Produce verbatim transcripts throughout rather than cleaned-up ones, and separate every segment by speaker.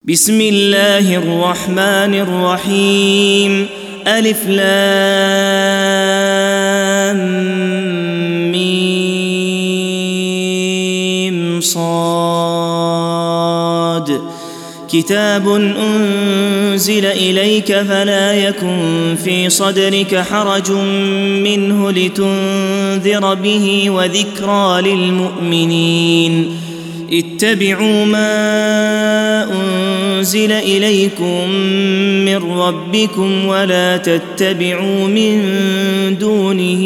Speaker 1: بسم الله الرحمن الرحيم. ألف لام ميم صاد. كتاب أنزل إليك فلا يكن في صدرك حرج منه لتنذر به وذكرى للمؤمنين. اتبعوا ما أنزل إليكم من ربكم ولا تتبعوا من دونه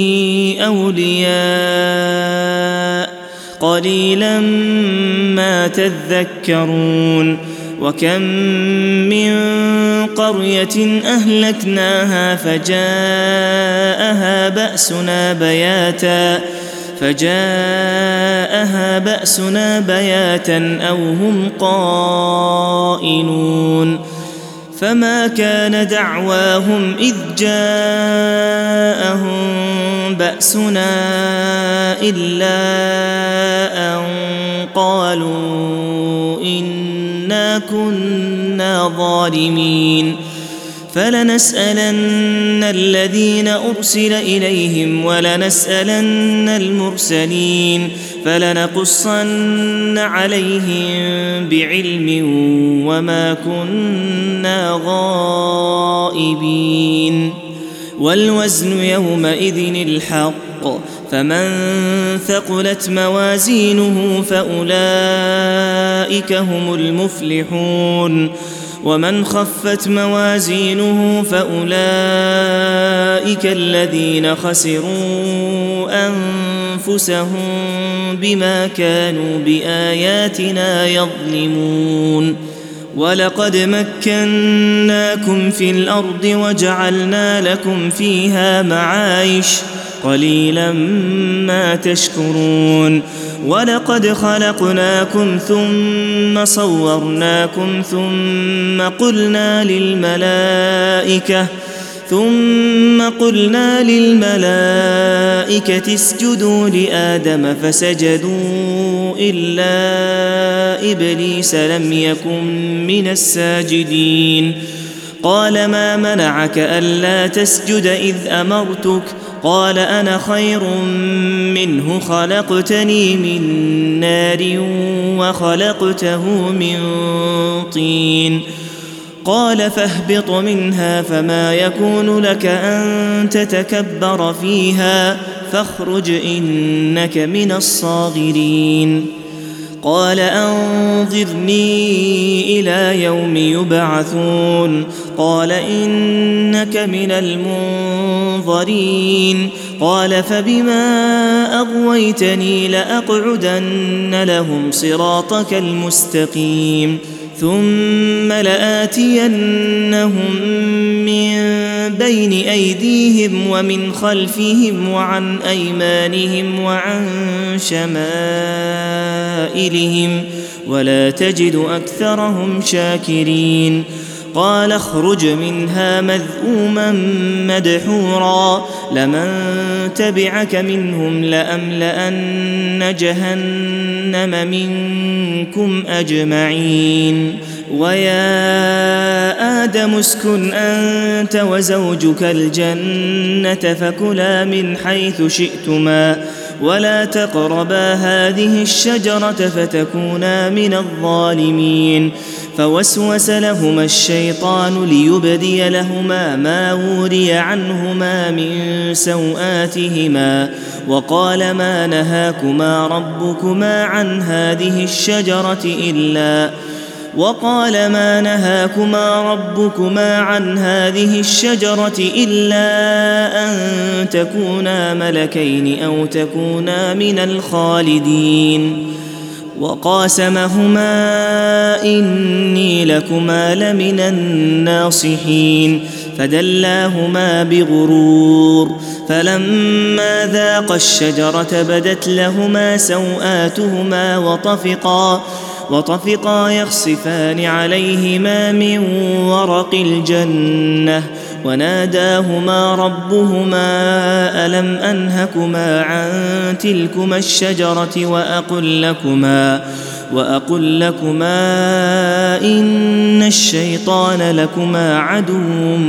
Speaker 1: أولياء قليلا ما تذكرون. وكم من قرية أهلكناها فجاءها بأسنا بياتا فجاءها بأسنا بياتا أو هم قائلون. فما كان دعواهم إذ جاءهم بأسنا إلا أن قالوا إنا كنا ظالمين. فلنسألن الذين أرسل إليهم ولنسألن المرسلين فلنقصن عليهم بعلم وما كنا غائبين. والوزن يومئذ الحق فمن ثقلت موازينه فأولئك هم المفلحون ومن خفت موازينه فأولئك الذين خسروا أنفسهم بما كانوا بآياتنا يظلمون. ولقد مكناكم في الأرض وجعلنا لكم فيها معايش قليلا ما تشكرون. ولقد خلقناكم ثم صورناكم ثم قلنا للملائكة ثم قلنا للملائكة اسجدوا لآدم فسجدوا إلا إبليس لم يكن من الساجدين. قال ما منعك ألا تسجد إذ أمرتك؟ قال أنا خير منه خلقتني من نار وخلقته من طين. قال فاهبط منها فما يكون لك أن تتكبر فيها فاخرج إنك من الصاغرين. قال أنظرني إلى يوم يبعثون. قال إنك من المنظرين. قال فبما أغويتني لأقعدن لهم صراطك المستقيم ثم لآتينهم من بين أيديهم ومن خلفهم وعن أيمانهم وعن شمائلهم ولا تجد أكثرهم شاكرين. قال اخرج منها مذءوما مدحورا لمن تبعك منهم لأملأن جهنم منكم أجمعين. ويا آدم اسكن أنت وزوجك الجنة فكلا من حيث شئتما ولا تقربا هذه الشجرة فتكونا من الظالمين. فوسوس لهما الشيطان ليبدي لهما ما وري عنهما من سوآتهما وقال ما نهاكما ربكما عن هذه الشجرة إلا وقال ما نهاكما ربكما عن هذه الشجرة إلا أن تكونا ملكين أو تكونا من الخالدين. وقاسمهما إني لكما لمن الناصحين فدلاهما بغرور فلما ذاقا الشجرة بدت لهما سوآتهما وطفقا وطفقا يخصفان عليهما من ورق الجنة وناداهما ربهما ألم أنهكما عن تلكما الشجرة وأقل لكما وأقل لكما إن الشيطان لكما عدو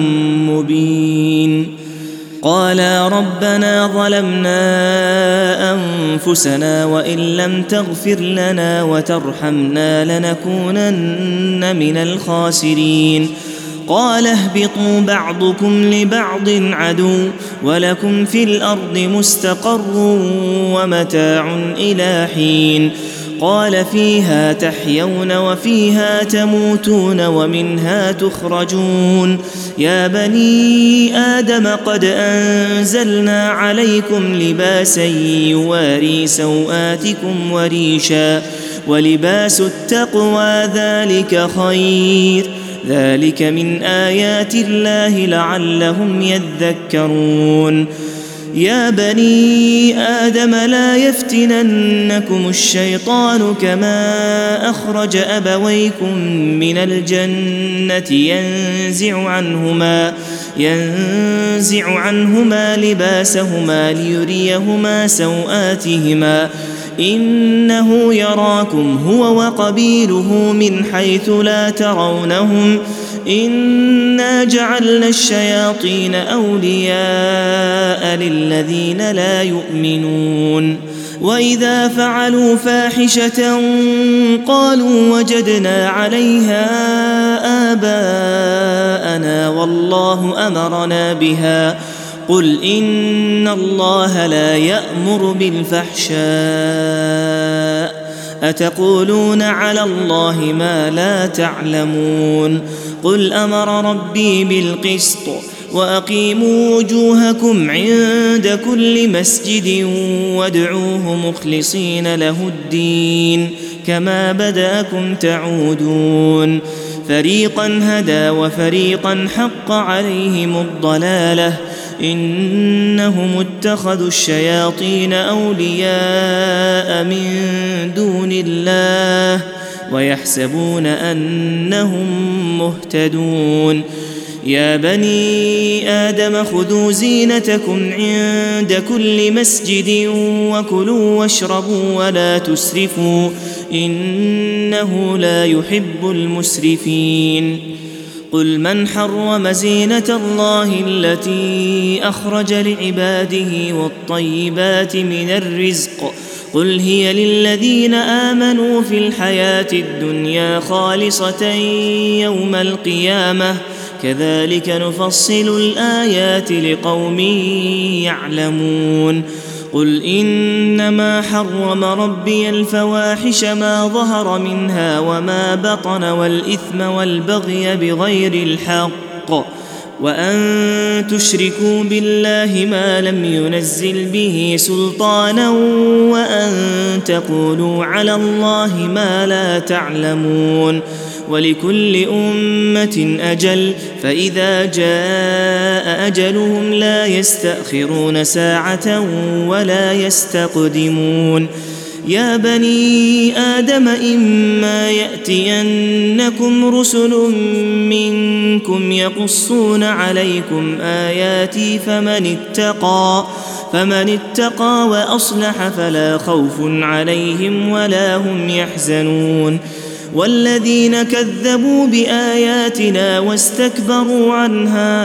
Speaker 1: مبين قالا ربنا ظلمنا أنفسنا وإن لم تغفر لنا وترحمنا لنكونن من الخاسرين قال اهبطوا بعضكم لبعض عدو ولكم في الأرض مستقر ومتاع إلى حين قال فيها تحيون وفيها تموتون ومنها تخرجون يا بني آدم قد أنزلنا عليكم لباسا يواري سوآتكم وريشا ولباس التقوى ذلك خير ذلك من آيات الله لعلهم يذكرون يا بني آدم لا يفتننكم الشيطان كما أخرج أبويكم من الجنة ينزع عنهما ينزع عنهما لباسهما ليريهما سوآتهما إنه يراكم هو وقبيله من حيث لا ترونهم إنا جعلنا الشياطين أولياء للذين لا يؤمنون وإذا فعلوا فاحشة قالوا وجدنا عليها آباءنا والله أمرنا بها قل إن الله لا يأمر بالفحشاء أتقولون على الله ما لا تعلمون قل أمر ربي بالقسط وأقيموا وجوهكم عند كل مسجد وادعوه مخلصين له الدين كما بدأكم تعودون فريقا هدى وفريقا حق عليهم الضلالة إنهم اتخذوا الشياطين أولياء من دون الله ويحسبون أنهم مهتدون يا بني آدم خذوا زينتكم عند كل مسجد وكلوا واشربوا ولا تسرفوا إنه لا يحب المسرفين قل من حرم زينة الله التي أخرج لعباده والطيبات من الرزق قل هي للذين آمنوا في الحياة الدنيا خالصة يوم القيامة كذلك نفصل الآيات لقوم يعلمون قل إنما حرم ربي الفواحش ما ظهر منها وما بطن والإثم والبغي بغير الحق وأن تشركوا بالله ما لم ينزل به سلطانا وأن تقولوا على الله ما لا تعلمون ولكل أمة أجل فإذا جاء أجلهم لا يستأخرون ساعة ولا يستقدمون يا بني آدم إما يأتينكم رسل منكم يقصون عليكم آياتي فمن اتقى فمن اتقى وأصلح فلا خوف عليهم ولا هم يحزنون والذين كذبوا بآياتنا واستكبروا عنها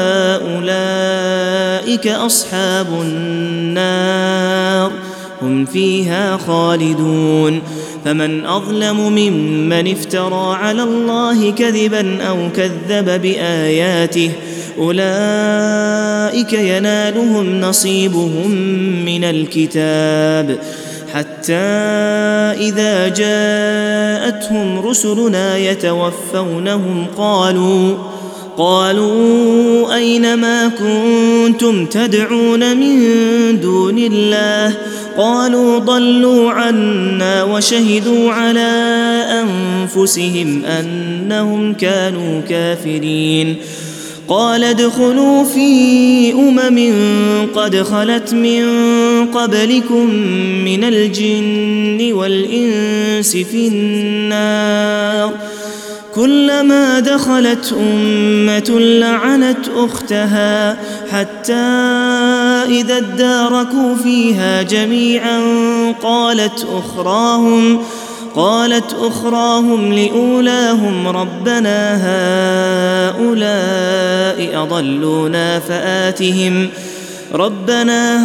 Speaker 1: أولئك أصحاب النار هم فيها خالدون فمن أظلم ممن افترى على الله كذبا أو كذب بآياته أولئك ينالهم نصيبهم من الكتاب حتى إذا جاءتهم رسلنا يتوفونهم قالوا قالوا أين ما كنتم تدعون من دون الله قالوا ضلوا عنا وشهدوا على أنفسهم أنهم كانوا كافرين قال ادخلوا في أمم قد خلت من قبلكم من الجن والإنس في النار كلما دخلت أمة لعنت أختها حتى إذا اداركوا فيها جميعا قالت أخراهم قالت أخراهم لأولاهم ربنا هؤلاء أضلونا فآتهم ربنا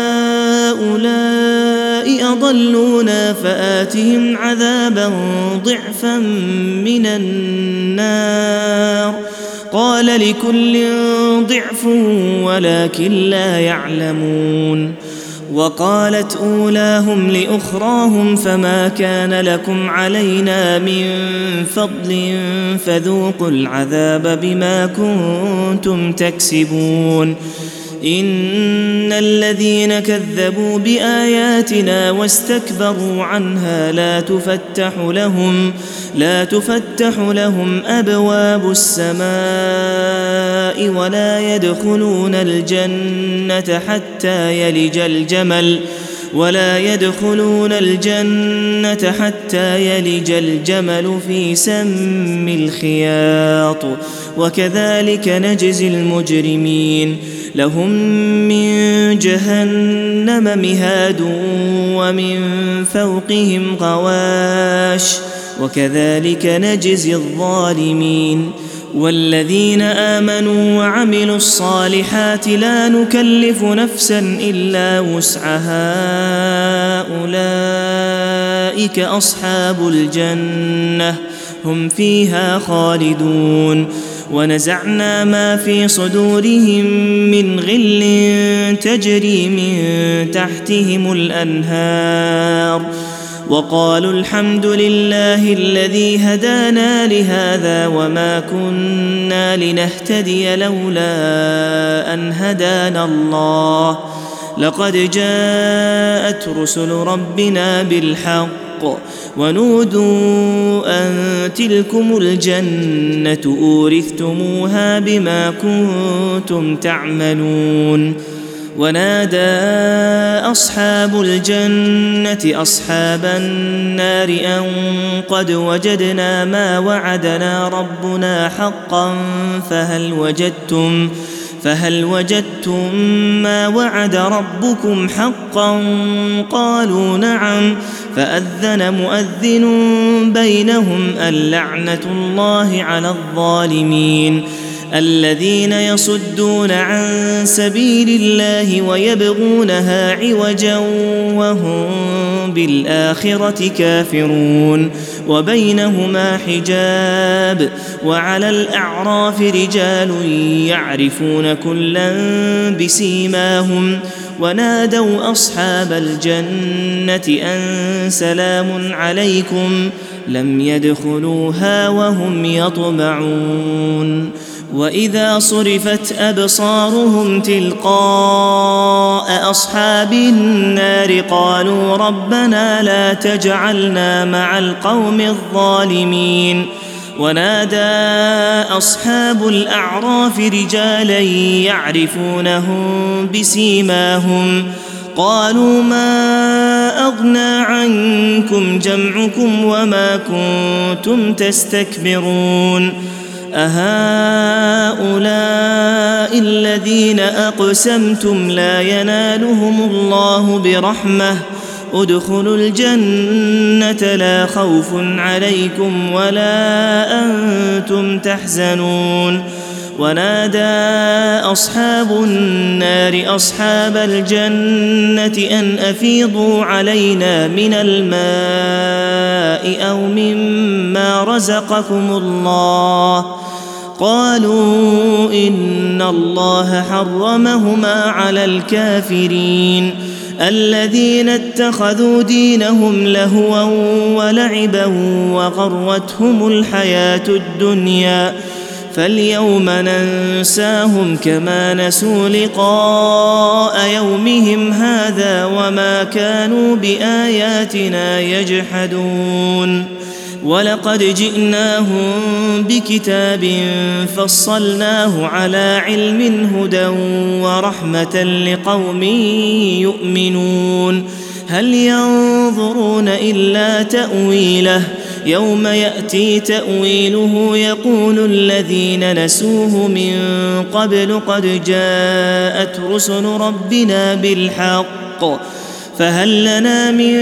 Speaker 1: هؤلاء أضلونا فآتهم عذابا ضعفا من النار قال لكل ضعف ولكن لا يعلمون وقالت أولاهم لأخراهم فما كان لكم علينا من فضل فذوقوا العذاب بما كنتم تكسبون إن الذين كذبوا بآياتنا واستكبروا عنها لا تفتح لهم لا تفتح لهم أبواب السماء ولا يدخلون الجنة حتى يلج الجمل ولا يدخلون الجنة حتى يلج الجمل في سم الخياط وكذلك نجزي المجرمين لهم من جهنم مهاد ومن فوقهم غواش وكذلك نجزي الظالمين والذين آمنوا وعملوا الصالحات لا نكلف نفسا إلا وسعها أولئك أصحاب الجنة هم فيها خالدون ونزعنا ما في صدورهم من غل تجري من تحتهم الأنهار وقالوا الحمد لله الذي هدانا لهذا وما كنا لنهتدي لولا أن هدانا الله لقد جاءت رسل ربنا بالحق ونودوا أن تلكم الجنة أورثتموها بما كنتم تعملون ونادى أصحاب الجنة أصحاب النار أن قد وجدنا ما وعدنا ربنا حقا فهل وجدتم فهل وجدتم ما وعد ربكم حقا قالوا نعم فأذن مؤذن بينهم اللعنة الله على الظالمين الذين يصدون عن سبيل الله ويبغونها عوجا وهم بالآخرة كافرون وبينهما حجاب وعلى الأعراف رجال يعرفون كلا بسيماهم ونادوا أصحاب الجنة أن سلام عليكم لم يدخلوها وهم يطمعون وإذا صرفت أبصارهم تلقاء أصحاب النار قالوا ربنا لا تجعلنا مع القوم الظالمين ونادى أصحاب الأعراف رجالا يعرفونهم بسيماهم قالوا ما أغنى عنكم جمعكم وما كنتم تستكبرون أهؤلاء الذين أقسمتم لا ينالهم الله برحمة ادخلوا الجنة لا خوف عليكم ولا أنتم تحزنون ونادى أصحاب النار أصحاب الجنة أن أفيضوا علينا من الماء أو مما رزقكم الله قالوا إن الله حرمهما على الكافرين الذين اتخذوا دينهم لهوا ولعبا وغرتهم الحياة الدنيا فاليوم ننساهم كما نسوا لقاء يومهم هذا وما كانوا بآياتنا يجحدون ولقد جئناهم بكتاب فصلناه على علم هدى ورحمة لقوم يؤمنون هل ينظرون إلا تأويله يوم يأتي تأويله يقول الذين نسوه من قبل قد جاءت رسل ربنا بالحق فهل لنا من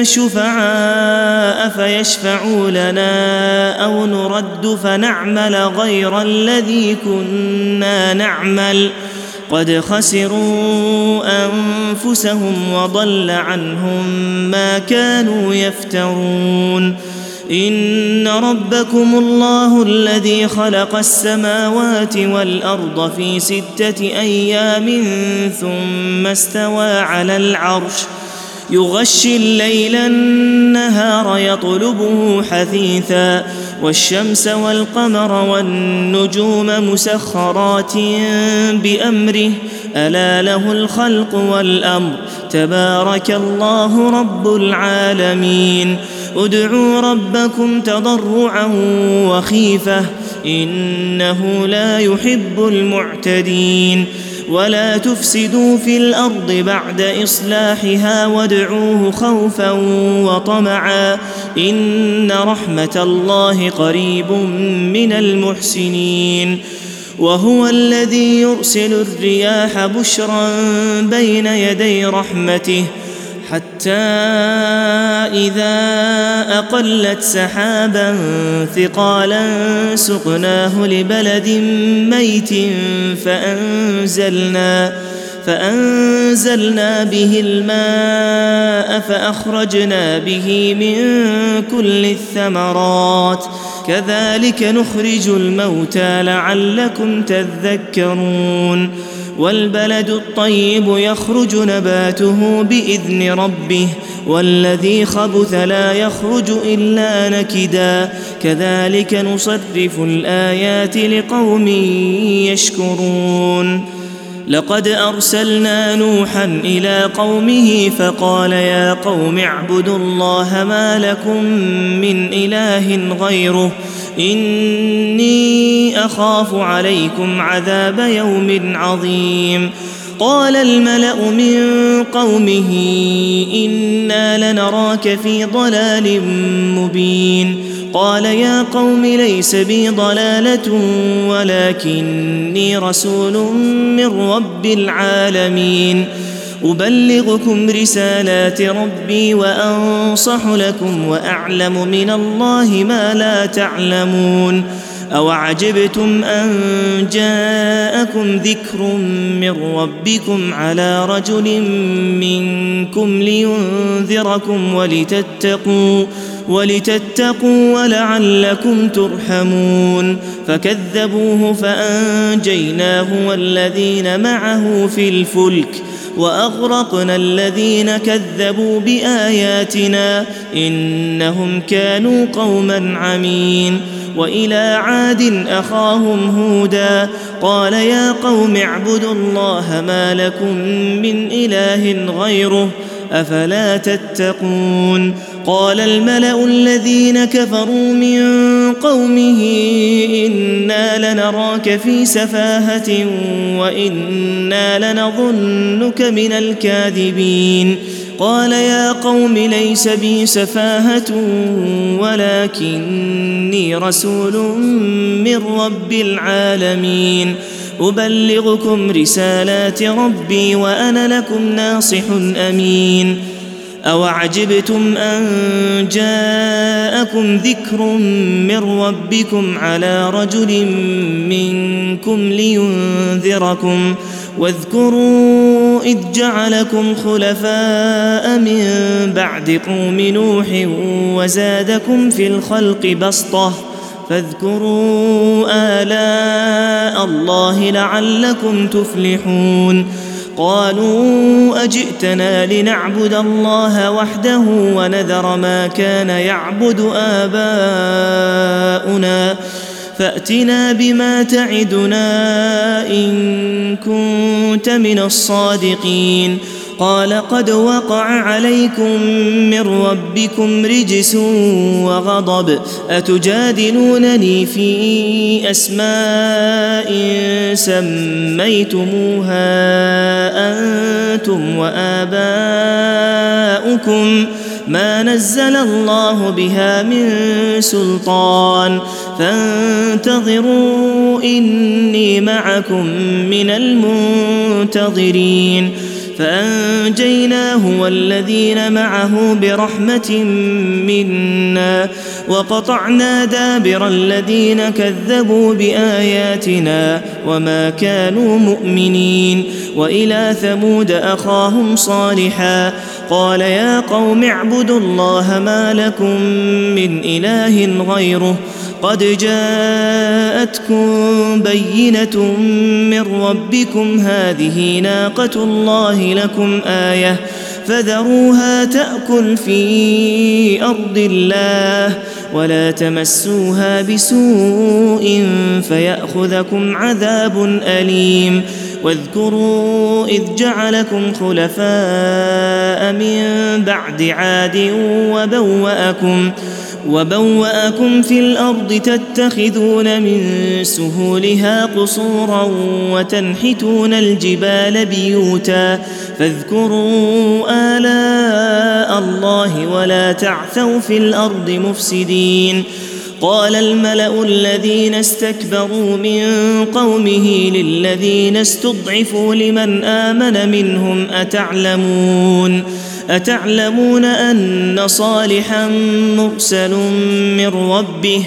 Speaker 1: شفعاء فيشفعوا لنا أو نرد فنعمل غير الذي كنا نعمل قد خسروا أنفسهم وضل عنهم ما كانوا يفترون إن ربكم الله الذي خلق السماوات والأرض في ستة أيام ثم استوى على العرش يغشي الليل النهار يطلبه حثيثا والشمس والقمر والنجوم مسخرات بأمره ألا له الخلق والأمر تبارك الله رب العالمين ادعوا ربكم تضرعا وخيفة إنه لا يحب المعتدين ولا تفسدوا في الأرض بعد إصلاحها وادعوه خوفا وطمعا إن رحمة الله قريب من المحسنين وهو الذي يرسل الرياح بشرا بين يدي رحمته حتى إذا أقلت سحابا ثقالا سقناه لبلد ميت فأنزلنا فأنزلنا به الماء فأخرجنا به من كل الثمرات كذلك نخرج الموتى لعلكم تذكرون والبلد الطيب يخرج نباته بإذن ربه والذي خبث لا يخرج إلا نكدا كذلك نصرف الآيات لقوم يشكرون لقد أرسلنا نوحا إلى قومه فقال يا قوم اعبدوا الله ما لكم من إله غيره إني أخاف عليكم عذاب يوم عظيم قال الملأ من قومه إنا لنراك في ضلال مبين قال يا قوم ليس بي ضلالة ولكني رسول من رب العالمين أبلغكم رسالات ربي وأنصح لكم وأعلم من الله ما لا تعلمون أوعجبتم أن جاءكم ذكر من ربكم على رجل منكم لينذركم ولتتقوا ولتتقوا ولعلكم ترحمون فكذبوه فأنجيناه والذين معه في الفلك وأغرقنا الذين كذبوا بآياتنا إنهم كانوا قوما عمين وإلى عاد أخاهم هودا قال يا قوم اعبدوا الله ما لكم من إله غيره أفلا تتقون قال الملأ الذين كفروا من قومه إنا لنراك في سفاهة وإنا لنظنك من الكاذبين قال يا قوم ليس بي سفاهة ولكني رسول من رب العالمين أبلغكم رسالات ربي وأنا لكم ناصح أمين أوعجبتم أن جاءكم ذكر من ربكم على رجل منكم لينذركم واذكروا إذ جعلكم خلفاء من بعد قوم نوح وزادكم في الخلق بسطة فاذكروا آلاء الله لعلكم تفلحون قالوا أجئتنا لنعبد الله وحده ونذر ما كان يعبد آباؤنا فأتنا بما تعدنا إن كنت من الصادقين قال قد وقع عليكم من ربكم رجس وغضب أتجادلونني في أسماء سميتموها أنتم وآباؤكم ما نزل الله بها من سلطان فانتظروا إني معكم من المنتظرين فأنجيناه والذين معه برحمة منا وقطعنا دابر الذين كذبوا بآياتنا وما كانوا مؤمنين وإلى ثمود أخاهم صالحا قال يا قوم اعبدوا الله ما لكم من إله غيره قد جاءتكم بينة من ربكم هذه ناقة الله لكم آية فذروها تأكل في أرض الله ولا تمسوها بسوء فيأخذكم عذاب أليم واذكروا إذ جعلكم خلفاء من بعد عاد وبوأكم وبوأكم في الأرض تتخذون من سهولها قصورا وتنحتون الجبال بيوتا فاذكروا آلاء الله ولا تعثوا في الأرض مفسدين قال الملأ الذين استكبروا من قومه للذين استضعفوا لمن آمن منهم أتعلمون أتعلمون أن صالحا مرسل من ربه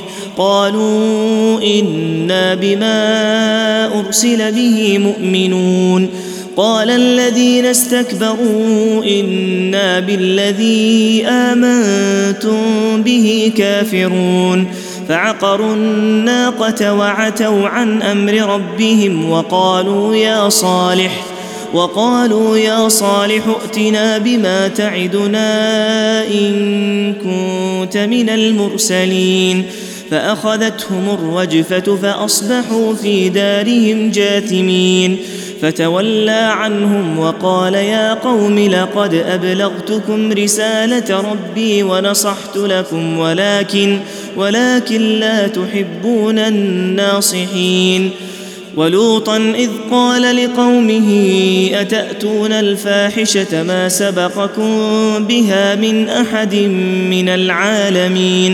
Speaker 1: قالوا إنا بما أرسل به مؤمنون قال الذين استكبروا إنا بالذي آمنتم به كافرون فعقروا الناقة وعتوا عن أمر ربهم وقالوا يا صالح وقالوا يا صالح ائتنا بما تعدنا إن كنت من المرسلين فأخذتهم الرجفة فأصبحوا في دارهم جاثمين فتولى عنهم وقال يا قوم لقد أبلغتكم رسالة ربي ونصحت لكم ولكن ولكن لا تحبون الناصحين ولوطا إذ قال لقومه أتأتون الفاحشة ما سبقكم بها من أحد من العالمين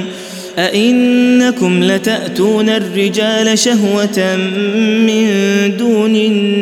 Speaker 1: أئنكم لتأتون الرجال شهوة من دون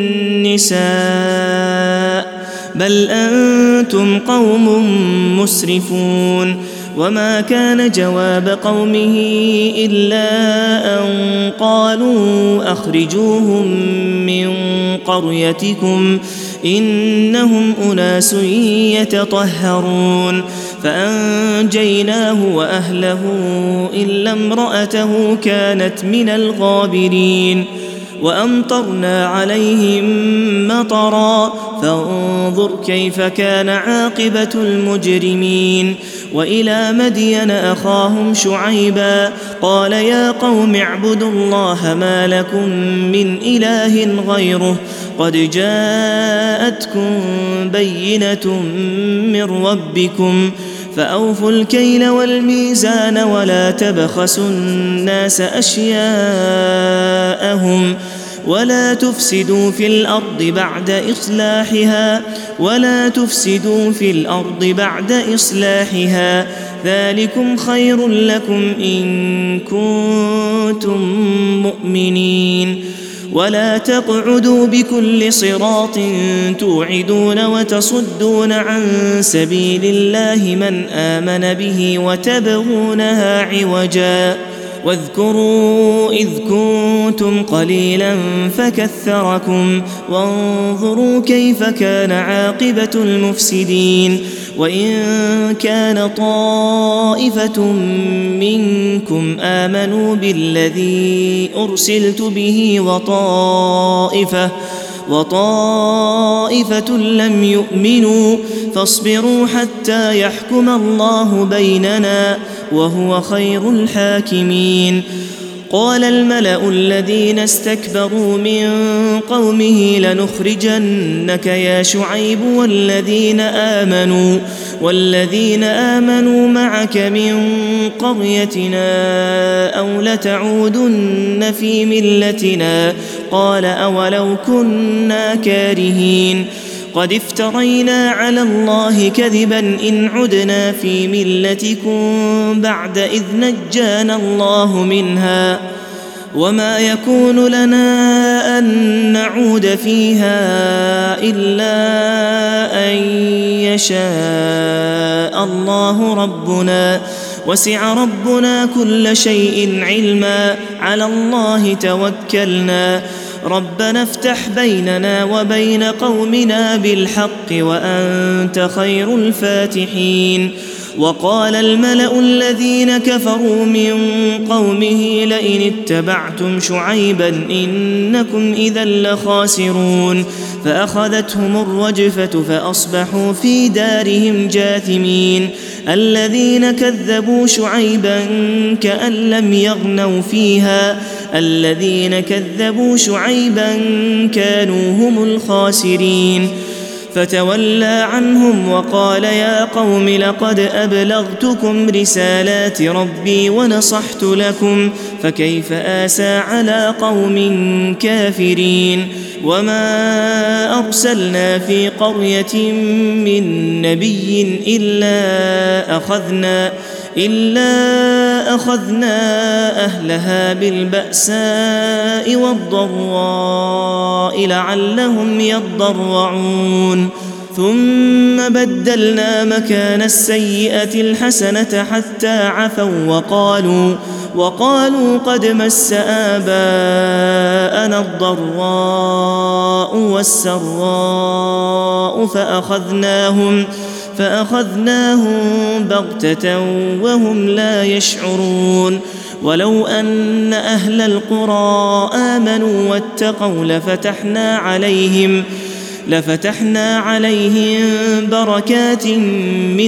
Speaker 1: النساء بل أنتم قوم مسرفون وما كان جواب قومه إلا أن قالوا أخرجوهم من قريتكم إنهم أناس يتطهرون فأنجيناه وأهله إلا امرأته كانت من الغابرين وأمطرنا عليهم مطرا فانظر كيف كان عاقبة المجرمين وإلى مدين أخاهم شعيبا قال يا قوم اعبدوا الله ما لكم من إله غيره قد جاءتكم بينة من ربكم فأوفوا الكيل والميزان ولا تبخسوا الناس أشياءهم ولا تفسدوا في الأرض بعد إصلاحها ولا تفسدوا في الأرض بعد إصلاحها ذلكم خير لكم إن كنتم مؤمنين ولا تقعدوا بكل صراط توعدون وتصدون عن سبيل الله من آمن به وتبغونها عوجا واذكروا إذ كنتم قليلا فكثركم وانظروا كيف كان عاقبة المفسدين وإن كان طائفة منكم آمنوا بالذي أرسلت به وطائفة وطائفة لم يؤمنوا فاصبروا حتى يحكم الله بيننا وهو خير الحاكمين قال الملأ الذين استكبروا من قومه لنخرجنك يا شعيب والذين آمنوا والذين آمنوا معك من قريتنا أو لتعودن في ملتنا قال أولو كنا كارهين قد افترينا على الله كذبا إن عدنا في ملتكم بعد إذ نجانا الله منها وما يكون لنا أن نعود فيها إلا أن يشاء الله ربنا وسع ربنا كل شيء علما على الله توكلنا ربنا افتح بيننا وبين قومنا بالحق وأنت خير الفاتحين وقال الملأ الذين كفروا من قومه لئن اتبعتم شعيبا إنكم إذا لخاسرون فأخذتهم الرجفة فأصبحوا في دارهم جاثمين الذين كذبوا شعيبا كأن لم يغنوا فيها الذين كذبوا شعيبا كانوا هم الخاسرين فتولى عنهم وقال يا قوم لقد أبلغتكم رسالات ربي ونصحت لكم فكيف آسى على قوم كافرين وما أرسلنا في قرية من نبي إلا أخذنا إلا أخذنا أهلها بالبأساء والضراء لعلهم يضرعون ثم بدلنا مكان السيئة الحسنة حتى عفوا وقالوا وقالوا قد مس آباءنا الضراء والسراء فأخذناهم فأخذناهم بغتة وهم لا يشعرون ولو أن أهل القرى آمنوا واتقوا لفتحنا عليهم لفتحنا عليهم بركات من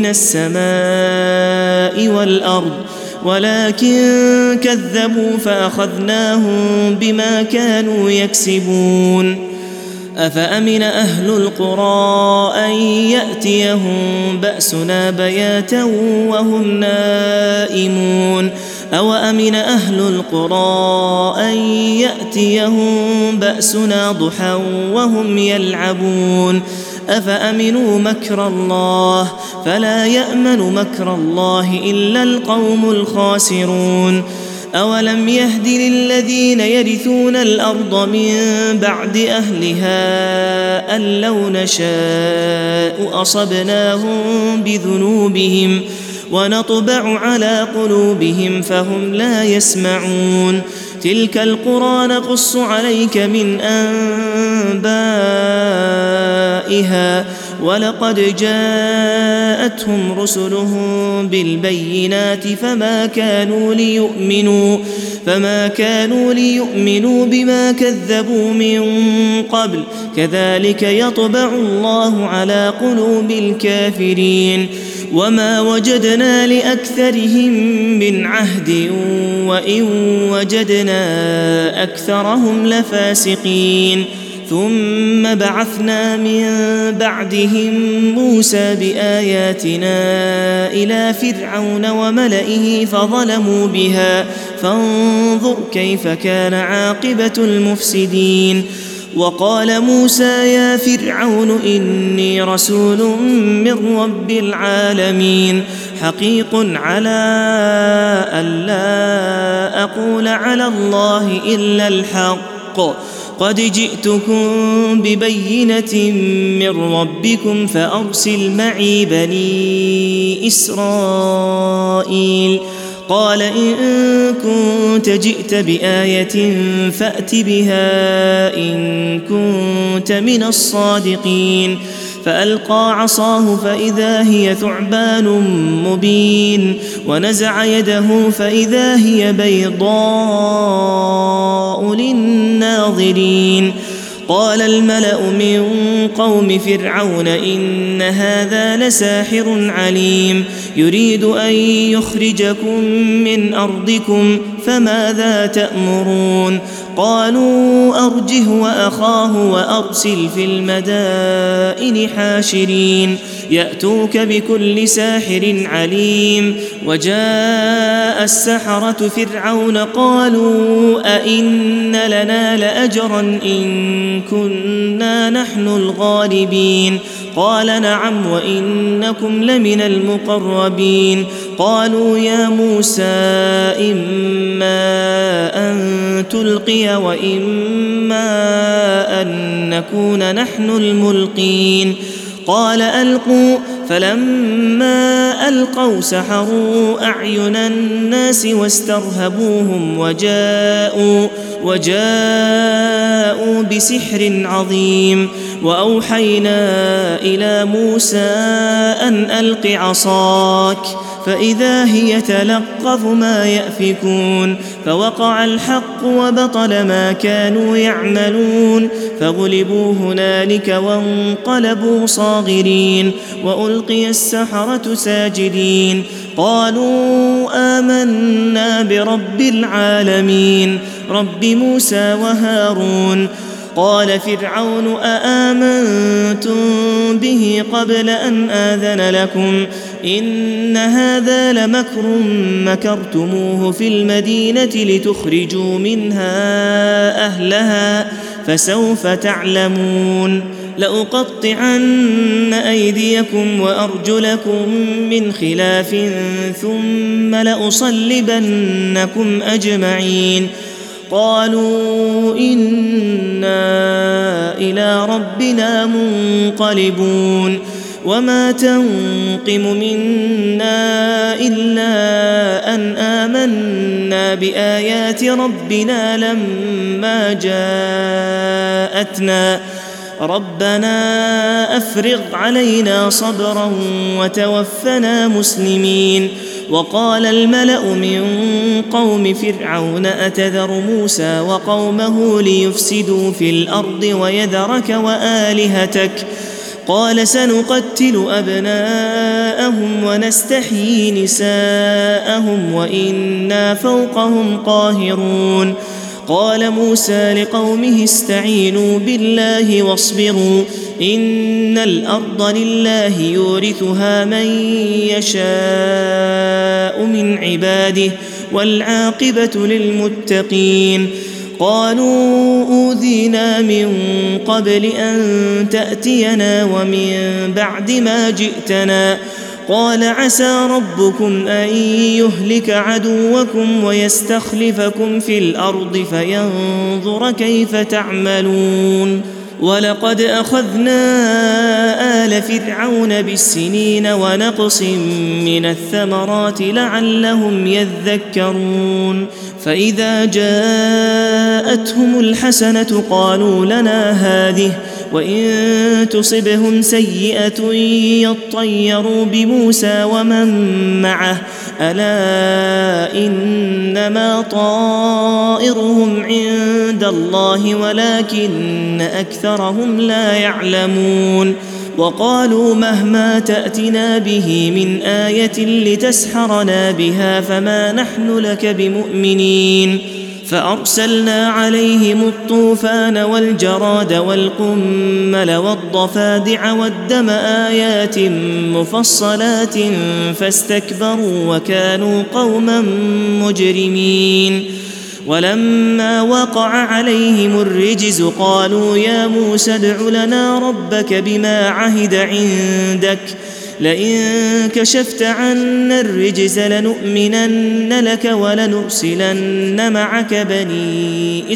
Speaker 1: السماء والأرض ولكن كذبوا فأخذناهم بما كانوا يكسبون أفأمن أهل القرى أن يأتيهم بأسنا بياتا وهم نائمون أو أمن أهل القرى أن يأتيهم بأسنا ضحى وهم يلعبون أفأمنوا مكر الله فلا يأمن مكر الله إلا القوم الخاسرون أولم يهد للذين يرثون الأرض من بعد أهلها أن لو نشاء أصبناهم بذنوبهم ونطبع على قلوبهم فهم لا يسمعون تلك القرى نقص عليك من أنبائها ولقد جاءتهم رسلهم بالبينات فما كانوا ليؤمنوا فما كانوا ليؤمنوا بما كذبوا من قبل كذلك يطبع الله على قلوب الكافرين وما وجدنا لأكثرهم من عهد وإن وجدنا أكثرهم لفاسقين ثم بعثنا من بعدهم موسى بآياتنا إلى فرعون وملئه فظلموا بها فانظر كيف كان عاقبة المفسدين وقال موسى يا فرعون إني رسول من رب العالمين حقيق على ألا أقول على الله إلا الحق قد جئتكم ببينة من ربكم فأرسل معي بني إسرائيل قال إن كنت جئت بآية فأت بها إن كنت من الصادقين فألقى عصاه فإذا هي ثعبان مبين ونزع يده فإذا هي بيضاء للناظرين قال الملأ من قوم فرعون إن هذا لساحر عليم يريد أن يخرجكم من أرضكم فماذا تأمرون قالوا أرجه وأخاه وأرسل في المدائن حاشرين يأتوك بكل ساحر عليم. وجاء السحرة فرعون قالوا أئن لنا لأجرا إن كنا نحن الغالبين قال نعم وإنكم لمن المقربين. قالوا يا موسى إما أن تلقي وإما أن نكون نحن الملقين قال ألقوا. فلما ألقوا سحروا أعين الناس واسترهبوهم وجاءوا, وجاءوا بسحر عظيم. وأوحينا إلى موسى أن ألق عصاك فإذا هي تلقف ما يأفكون فوقع الحق وبطل ما كانوا يعملون فغلبوا هنالك وانقلبوا صاغرين وألقي السحرة ساجدين قالوا آمنا برب العالمين رب موسى وهارون. قال فرعون أآمنتم به قبل أن آذن لكم إن هذا لمكر مكرتموه في المدينة لتخرجوا منها أهلها فسوف تعلمون. لأقطعن أيديكم وأرجلكم من خلاف ثم لأصلبنكم أجمعين. قالوا إنا إلى ربنا منقلبون. وما تنقم منا إلا أن آمنا بآيات ربنا لما جاءتنا ربنا أفرغ علينا صبرا وتوفنا مسلمين. وقال الملأ من قوم فرعون أتذر موسى وقومه ليفسدوا في الأرض ويذرك وآلهتك قال سنقتل أبناءهم ونستحيي نساءهم وإنا فوقهم قاهرون. قال موسى لقومه استعينوا بالله واصبروا إن الأرض لله يورثها من يشاء من عباده والعاقبة للمتقين. قالوا أوذينا من قبل أن تأتينا ومن بعد ما جئتنا قال عسى ربكم أن يهلك عدوكم ويستخلفكم في الأرض فينظر كيف تعملون. ولقد أخذنا آل فرعون بالسنين ونقص من الثمرات لعلهم يذكرون. فإذا جاءتهم الحسنة قالوا لنا هذه وإن تصبهم سيئة يطيروا بموسى ومن معه ألا إنما طائرهم عند الله ولكن أكثرهم لا يعلمون. وقالوا مهما تأتنا به من آية لتسحرنا بها فما نحن لك بمؤمنين. فأرسلنا عليهم الطوفان والجراد والقمل والضفادع والدم آيات مفصلات فاستكبروا وكانوا قوما مجرمين. ولما وقع عليهم الرجز قالوا يا موسى ادع لنا ربك بما عهد عندك لئن كشفت عنا الرجز لنؤمنن لك ولنرسلن معك بني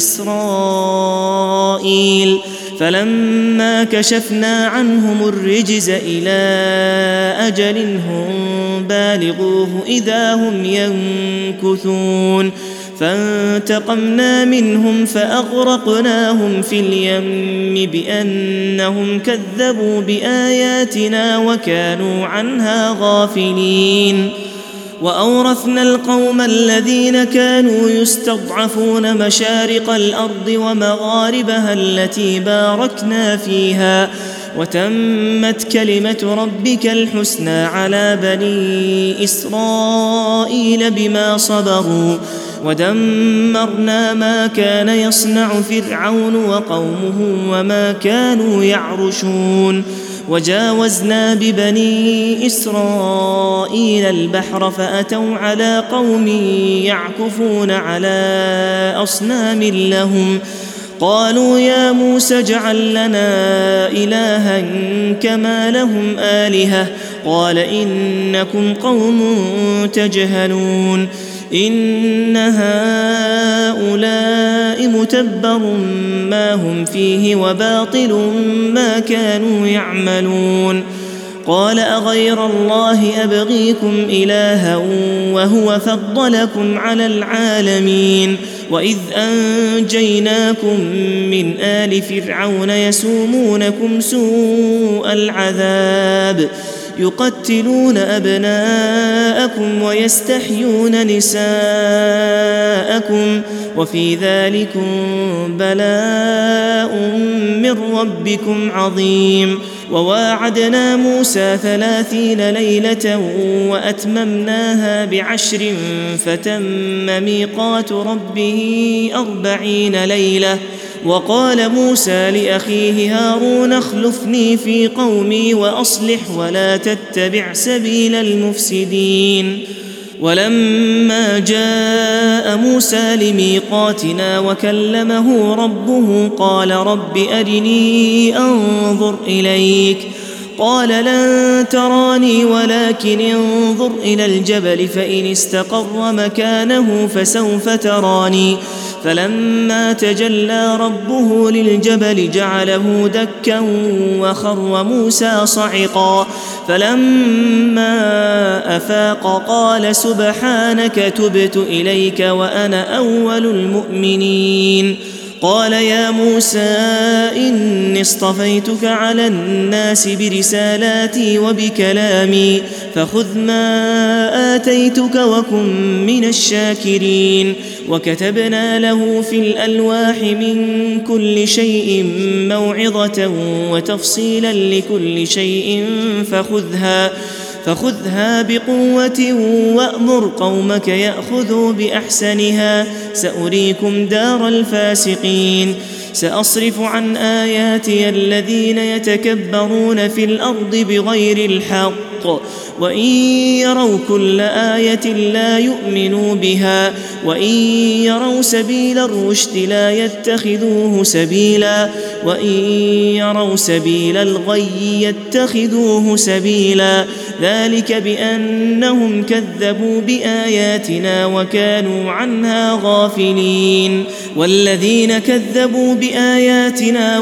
Speaker 1: إسرائيل. فلما كشفنا عنهم الرجز إلى أجل هم بالغوه إذا هم ينكثون. فانتقمنا منهم فأغرقناهم في اليم بأنهم كذبوا بآياتنا وكانوا عنها غافلين. وأورثنا القوم الذين كانوا يستضعفون مشارق الأرض ومغاربها التي باركنا فيها وتمت كلمة ربك الحسنى على بني إسرائيل بما صبروا ودمرنا ما كان يصنع فرعون وقومه وما كانوا يعرشون. وجاوزنا ببني إسرائيل البحر فأتوا على قوم يعكفون على أصنام لهم قالوا يا موسى اجعل لنا إلها كما لهم آلهة قال إنكم قوم تجهلون إن هؤلاء متبر ما هم فيه وباطل ما كانوا يعملون قال أغير الله أبغيكم إلها وهو فضلكم على العالمين وإذ أنجيناكم من آل فرعون يسومونكم سوء العذاب يقتلون أبناءكم ويستحيون نساءكم وفي ذلكم بلاء من ربكم عظيم وواعدنا موسى ثلاثين ليلة وأتممناها بعشر فتم ميقات ربه أربعين ليلة وقال موسى لأخيه هارون اخلفني في قومي وأصلح ولا تتبع سبيل المفسدين ولما جاء موسى لميقاتنا وكلمه ربه قال رب أرني أنظر إليك قال لن تراني ولكن انظر إلى الجبل فإن استقر مكانه فسوف تراني فلما تجلى ربه للجبل جعله دكا وخر موسى صعقا فلما أفاق قال سبحانك تبت إليك وأنا أول المؤمنين قال يا موسى إني اصطفيتك على الناس برسالاتي وبكلامي فخذ ما آتيتك وكن من الشاكرين وكتبنا له في الألواح من كل شيء موعظة وتفصيلا لكل شيء فخذها فخذها بقوة وأمر قومك يأخذوا بأحسنها سأريكم دار الفاسقين سأصرف عن آياتي الذين يتكبرون في الأرض بغير الحق وإن يروا كل آية لا يؤمنوا بها وإن يروا سبيل الرشد لا يتخذوه سبيلا وإن يروا سبيل الغي يتخذوه سبيلا ذلك بأنهم كذبوا بآياتنا وكانوا عنها غافلين والذين كذبوا بآياتنا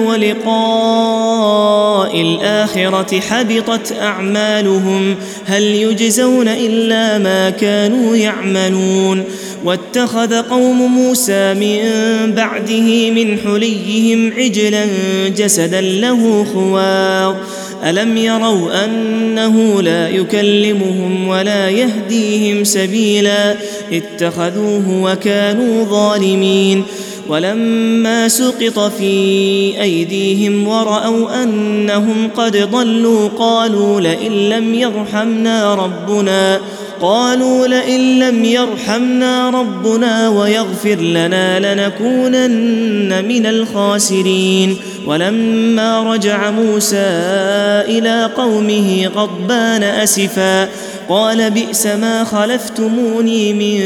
Speaker 1: ولقاء الآخرة حبطت أعمالهم هل يجزون إلا ما كانوا يعملون واتخذ قوم موسى من بعده من حليهم عجلا جسدا له خوار ألم يروا أنه لا يكلمهم ولا يهديهم سبيلا اتخذوه وكانوا ظالمين ولما سقط في أيديهم ورأوا أنهم قد ضلوا قالوا لئن لم يرحمنا ربنا قالوا لئن لم يرحمنا ربنا ويغفر لنا لنكونن من الخاسرين ولما رجع موسى إلى قومه غضبان أسفا قال بئس ما خلفتموني من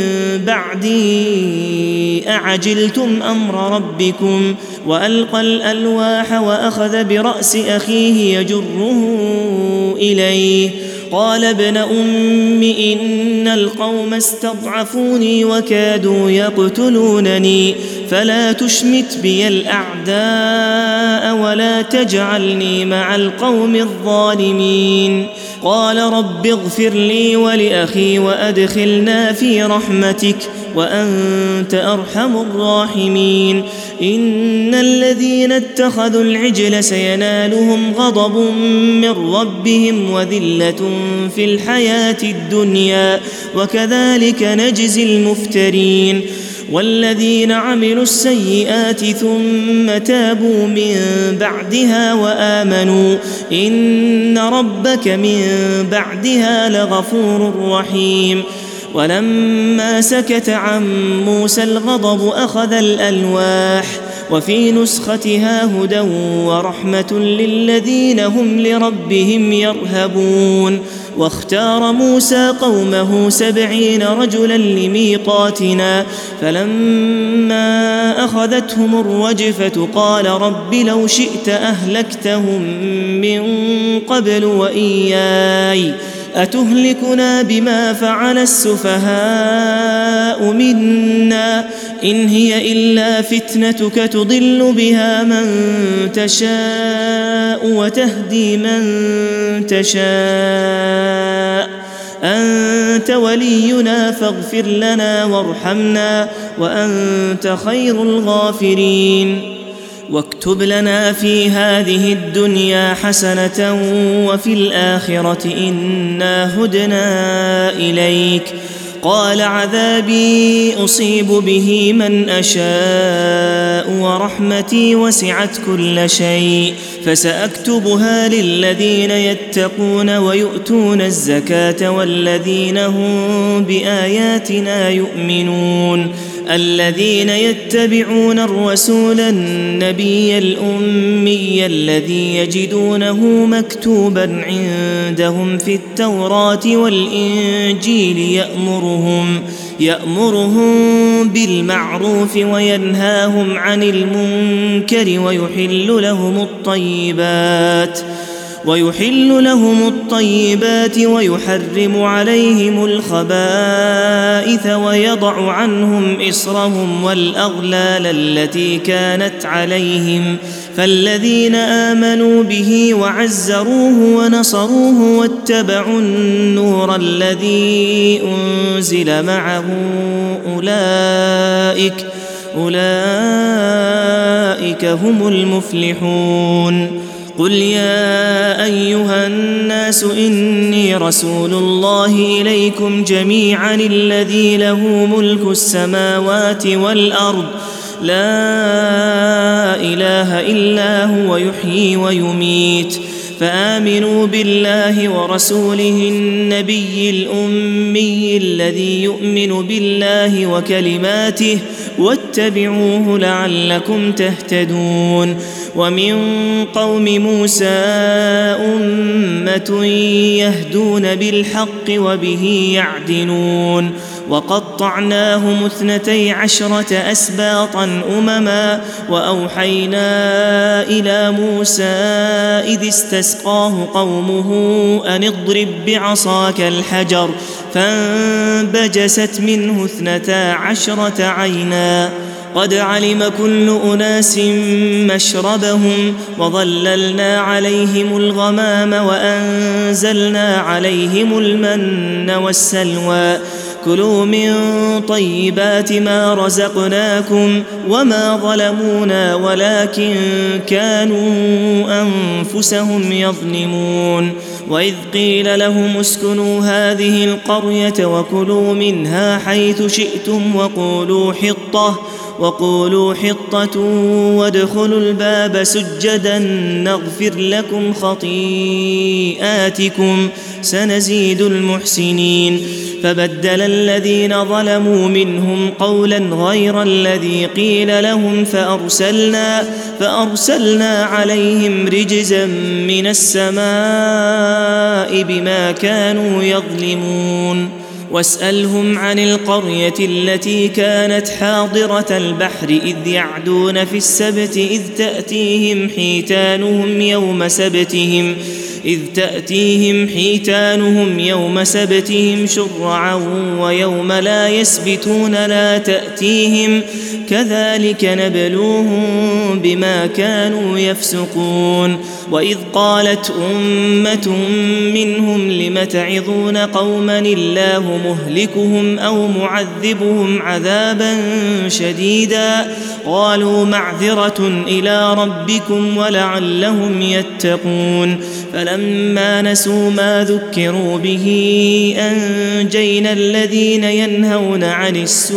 Speaker 1: بعدي أعجلتم أمر ربكم وألقى الألواح وأخذ برأس أخيه يجره إليه قال ابن أم إن القوم استضعفوني وكادوا يقتلونني فلا تشمت بي الأعداء ولا تجعلني مع القوم الظالمين قال رب اغفر لي ولأخي وأدخلنا في رحمتك وأنت أرحم الراحمين إن الذين اتخذوا العجل سينالهم غضب من ربهم وذلة في الحياة الدنيا وكذلك نجزي المفترين والذين عملوا السيئات ثم تابوا من بعدها وآمنوا إن ربك من بعدها لغفور رحيم ولما سكت عن موسى الغضب أخذ الألواح وفي نسختها هدى ورحمة للذين هم لربهم يرهبون. واختار موسى قومه سبعين رجلا لميقاتنا فلما أخذتهم الرجفة قال رب لو شئت أهلكتهم من قبل وإياي أتهلكنا بما فعل السفهاء منا إن هي إلا فتنتك تضل بها من تشاء وتهدي من تشاء أنت ولينا فاغفر لنا وارحمنا وأنت خير الغافرين. واكتب لنا في هذه الدنيا حسنة وفي الآخرة إنا هدنا إليك. قال عذابي أصيب به من أشاء ورحمتي وسعت كل شيء فسأكتبها للذين يتقون ويؤتون الزكاة والذين هم بآياتنا يؤمنون الذين يتبعون الرسول النبي الأمي الذي يجدونه مكتوبا عندهم في التوراة والإنجيل يأمرهم يأمرهم بالمعروف وينهاهم عن المنكر ويحل لهم الطيبات ويحل لهم الطيبات ويحرم عليهم الخبائث ويضع عنهم إصرهم والأغلال التي كانت عليهم فالذين آمنوا به وعزروه ونصروه واتبعوا النور الذي أنزل معه أولئك أولئك هم المفلحون. قل يا أيها الناس إني رسول الله إليكم جميعا الذي له ملك السماوات والأرض لا إله إلا هو يحيي ويميت فآمنوا بالله ورسوله النبي الأمي الذي يؤمن بالله وكلماته واتبعوه لعلكم تهتدون. ومن قوم موسى أمة يهدون بالحق وبه يعدلون وقطعناهم اثنتي عشرة أسباطا أمما وأوحينا إلى موسى إذ استسقاه قومه أن اضرب بعصاك الحجر فانبجست منه اثنتا عشرة عينا قد علم كل أناس مشربهم وظللنا عليهم الغمام وأنزلنا عليهم المن والسلوى كلوا من طيبات ما رزقناكم وما ظلمونا ولكن كانوا أنفسهم يظلمون. وإذ قيل لهم اسكنوا هذه القرية وكلوا منها حيث شئتم وقولوا حطة وقولوا حطة وادخلوا الباب سجدا نغفر لكم خطيئاتكم سنزيد المحسنين. فبدل الذين ظلموا منهم قولا غير الذي قيل لهم فأرسلنا, فأرسلنا عليهم رجزا من السماء بما كانوا يظلمون. واسألهم عن القرية التي كانت حاضرة البحر إذ يعدون في السبت إذ تأتيهم حيتانهم يوم سبتهم إذ تأتيهم حيتانهم يوم سبتهم شرعا ويوم لا يسبتون لا تأتيهم كذلك نبلوهم بما كانوا يفسقون. وإذ قالت أمة منهم لم تعظون قوما الله مهلكهم أو معذبهم عذابا شديدا قالوا معذرة إلى ربكم ولعلهم يتقون. فلما نسوا ما ذكروا به أنجينا الذين ينهون عن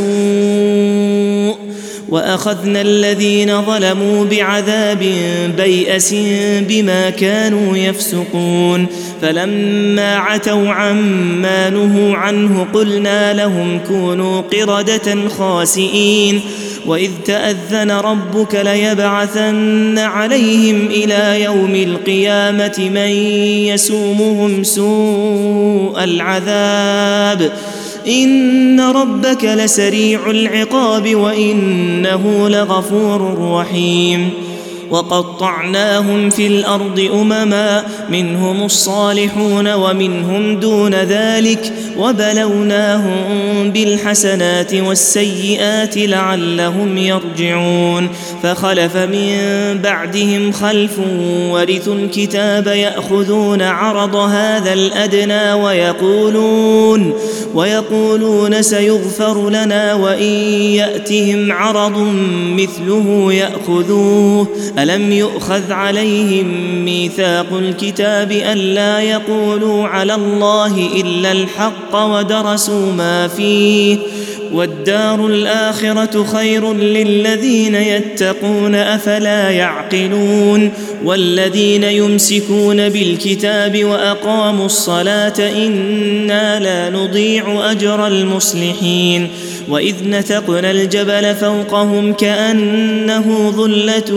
Speaker 1: السوء وأخذنا الذين ظلموا بعذاب بيأس بما كانوا يفسقون. فلما عتوا عما نهوا عنه قلنا لهم كونوا قردة خاسئين وإذ تأذن ربك ليبعثن عليهم إلى يوم القيامة من يسومهم سوء العذاب إن ربك لسريع العقاب وإنه لغفور رحيم وقطعناهم في الأرض أمما منهم الصالحون ومنهم دون ذلك وبلوناهم بالحسنات والسيئات لعلهم يرجعون فخلف من بعدهم خلف ورثوا الكتاب يأخذون عرض هذا الأدنى ويقولون ويقولون سيغفر لنا وإن يأتهم عرض مثله يأخذوه ألم يؤخذ عليهم ميثاق الكتاب ألا يقولوا على الله إلا الحق ودرسوا ما فيه والدار الآخرة خير للذين يتقون أفلا يعقلون والذين يمسكون بالكتاب وأقاموا الصلاة إنا لا نضيع أجر المصلحين وإذ نتقنا الجبل فوقهم كأنه ظلة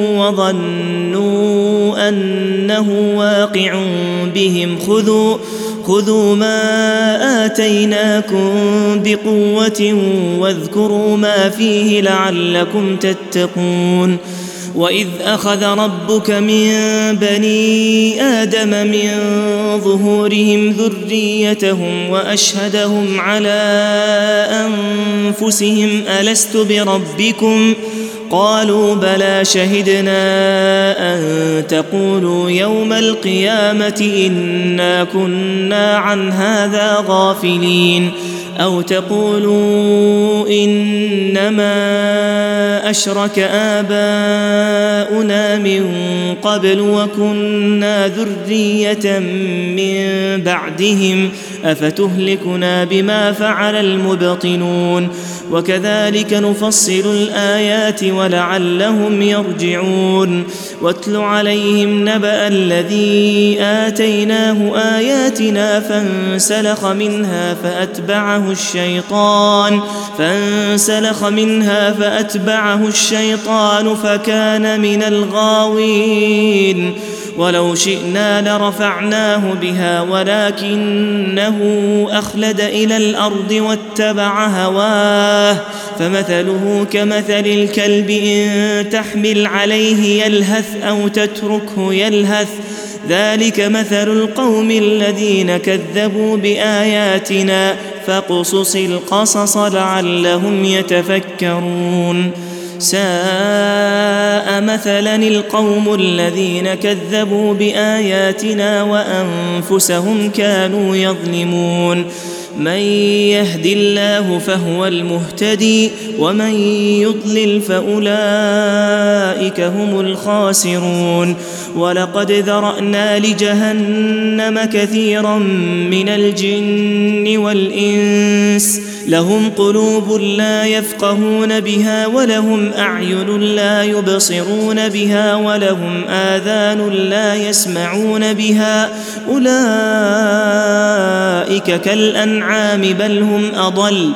Speaker 1: وظنوا أنه واقع بهم خذوا خذوا ما آتيناكم بقوة واذكروا ما فيه لعلكم تتقون وإذ أخذ ربك من بني آدم من ظهورهم ذريتهم وأشهدهم على أنفسهم ألست بربكم قالوا بلى شهدنا أن تقولوا يوم القيامة إنا كنا عن هذا غافلين أو تقولوا إنما أشرك آباؤنا من قبل وكنا ذرية من بعدهم أفتهلكنا بما فعل المبطلون وكذلك نفصل الآيات ولعلهم يرجعون واتل عليهم نبأ الذي آتيناه آياتنا فانسلخ منها فأتبعه الشيطان فانسلخ منها فأتبعه الشيطان فكان من الغاوين ولو شئنا لرفعناه بها ولكنه أخلد إلى الأرض واتبع هواه فمثله كمثل الكلب إن تحمل عليه يلهث أو تتركه يلهث ذلك مثل القوم الذين كذبوا بآياتنا فاقصص القصص لعلهم يتفكرون ساء مثلا القوم الذين كذبوا بآياتنا وأنفسهم كانوا يظلمون من يهد الله فهو المهتدي ومن يضلل فأولئك هم الخاسرون ولقد ذرأنا لجهنم كثيرا من الجن والإنس لهم قلوب لا يفقهون بها ولهم أعين لا يبصرون بها ولهم آذان لا يسمعون بها أولئك كالأنعام بل هم أضل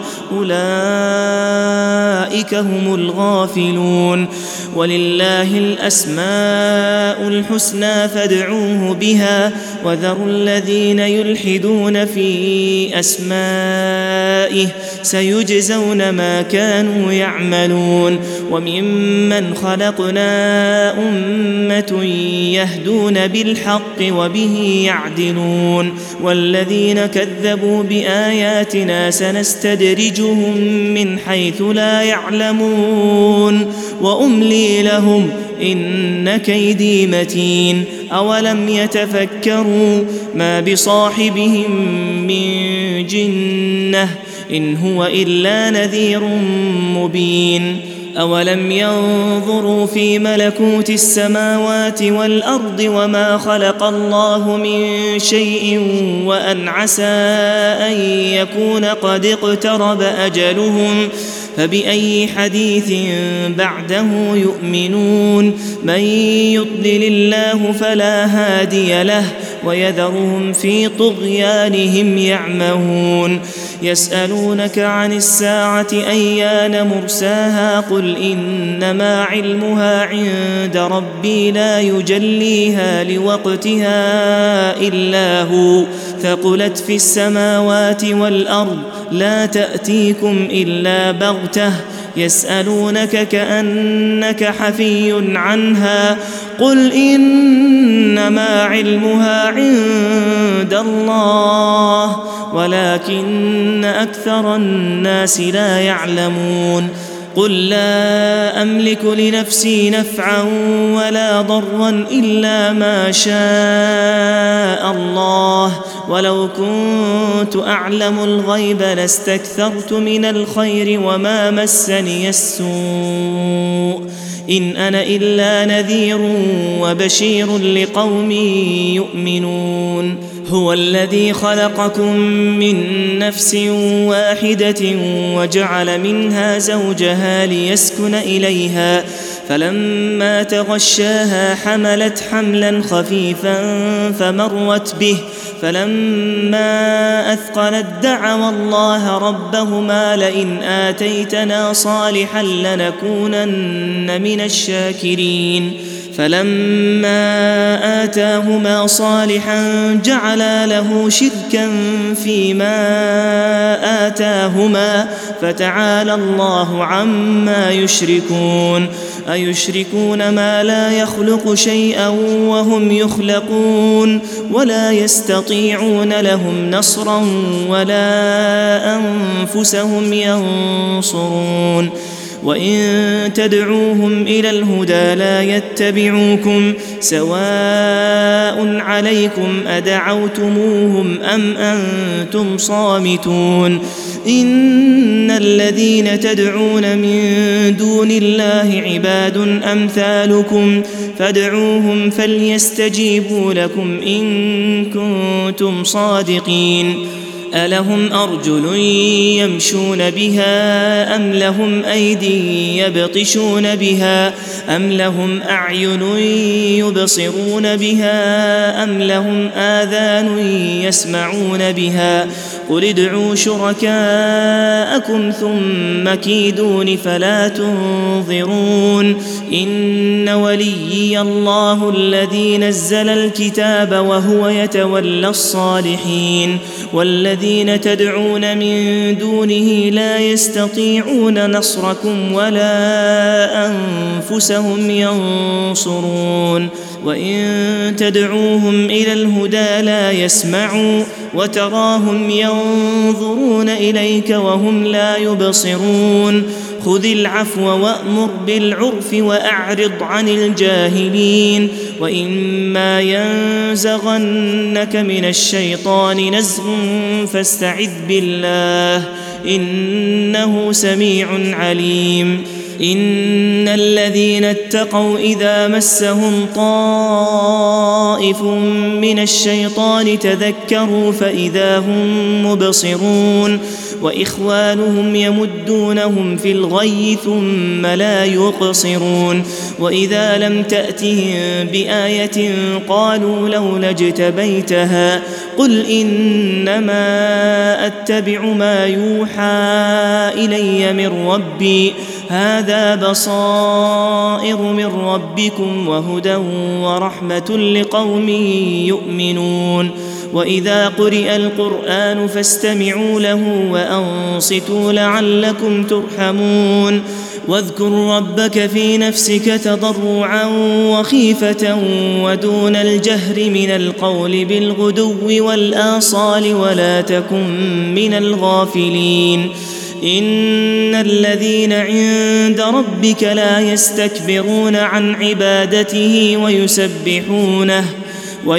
Speaker 1: أولئك هم الغافلون ولله الأسماء الحسنى فادعوه بها وذروا الذين يلحدون في أسمائه سيجزون ما كانوا يعملون وممن خلقنا أمة يهدون بالحق وبه يعدلون والذين كذبوا بآياتنا سنستدرجهم من حيث لا يعلمون وأملي لهم إن كيدي متين أولم يتفكروا ما بصاحبهم من جنة إن هو إلا نذير مبين أولم ينظروا في ملكوت السماوات والأرض وما خلق الله من شيء وأن عسى أن يكون قد اقترب أجلهم فبأي حديث بعده يؤمنون من يضلل الله فلا هادي له ويذرهم في طغيانهم يعمهون يسألونك عن الساعة أيان مرساها قل إنما علمها عند ربي لا يجليها لوقتها إلا هو ثقلت في السماوات والأرض لا تأتيكم إلا بغتة يسألونك كأنك حفي عنها قل إنما علمها عند الله ولكن أكثر الناس لا يعلمون قل لا أملك لنفسي نفعا ولا ضرا إلا ما شاء الله ولو كنت أعلم الغيب لاستكثرت من الخير وما مسني السوء إن أنا إلا نذير وبشير لقوم يؤمنون هو الذي خلقكم من نفس واحدة وجعل منها زوجها ليسكن إليها فلما تغشاها حملت حملا خفيفا فمرت به فلما أثقلت دعوا الله ربهما لئن آتيتنا صالحا لنكونن من الشاكرين فلما آتاهما صالحا جعلا له شركا فيما آتاهما فتعالى الله عما يشركون أيشركون ما لا يخلق شيئا وهم يخلقون ولا يستطيعون لهم نصرا ولا أنفسهم ينصرون وإن تدعوهم إلى الهدى لا يتبعوكم سواء عليكم أدعوتموهم أم أنتم صامتون إن الذين تدعون من دون الله عباد أمثالكم فادعوهم فليستجيبوا لكم إن كنتم صادقين ألهم أرجل يمشون بها أم لهم أيدي يبطشون بها أم لهم أعين يبصرون بها أم لهم آذان يسمعون بها قل ادعوا شركاءكم ثم كيدون فلا تنظرون إن وليي الله الذي نزل الكتاب وهو يتولى الصالحين والذين تدعون من دونه لا يستطيعون نصركم ولا أنفسهم ينصرون وإن تدعوهم إلى الهدى لا يسمعوا وتراهم ينظرون إليك وهم لا يبصرون خذ العفو وأمر بالعرف وأعرض عن الجاهلين وإما ينزغنك من الشيطان نزغ فاستعذ بالله إنه سميع عليم إن الذين اتقوا إذا مسهم طائف من الشيطان تذكروا فإذا هم مبصرون وإخوانهم يمدونهم في الغي ثم لا يقصرون وإذا لم تأتهم بآية قالوا لولا اجتبيتها قل إنما أتبع ما يوحى إلي من ربي هذا بصائر من ربكم وهدى ورحمة لقوم يؤمنون وإذا قرئ القرآن فاستمعوا له وأنصتوا لعلكم ترحمون واذكر ربك في نفسك تضرعا وخيفة ودون الجهر من القول بالغدو والآصال ولا تكن من الغافلين إن الذين عند ربك لا يستكبرون عن عبادته ويسبحونه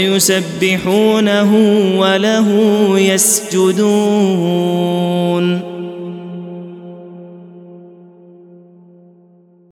Speaker 1: ويسبحونه وله يسجدون.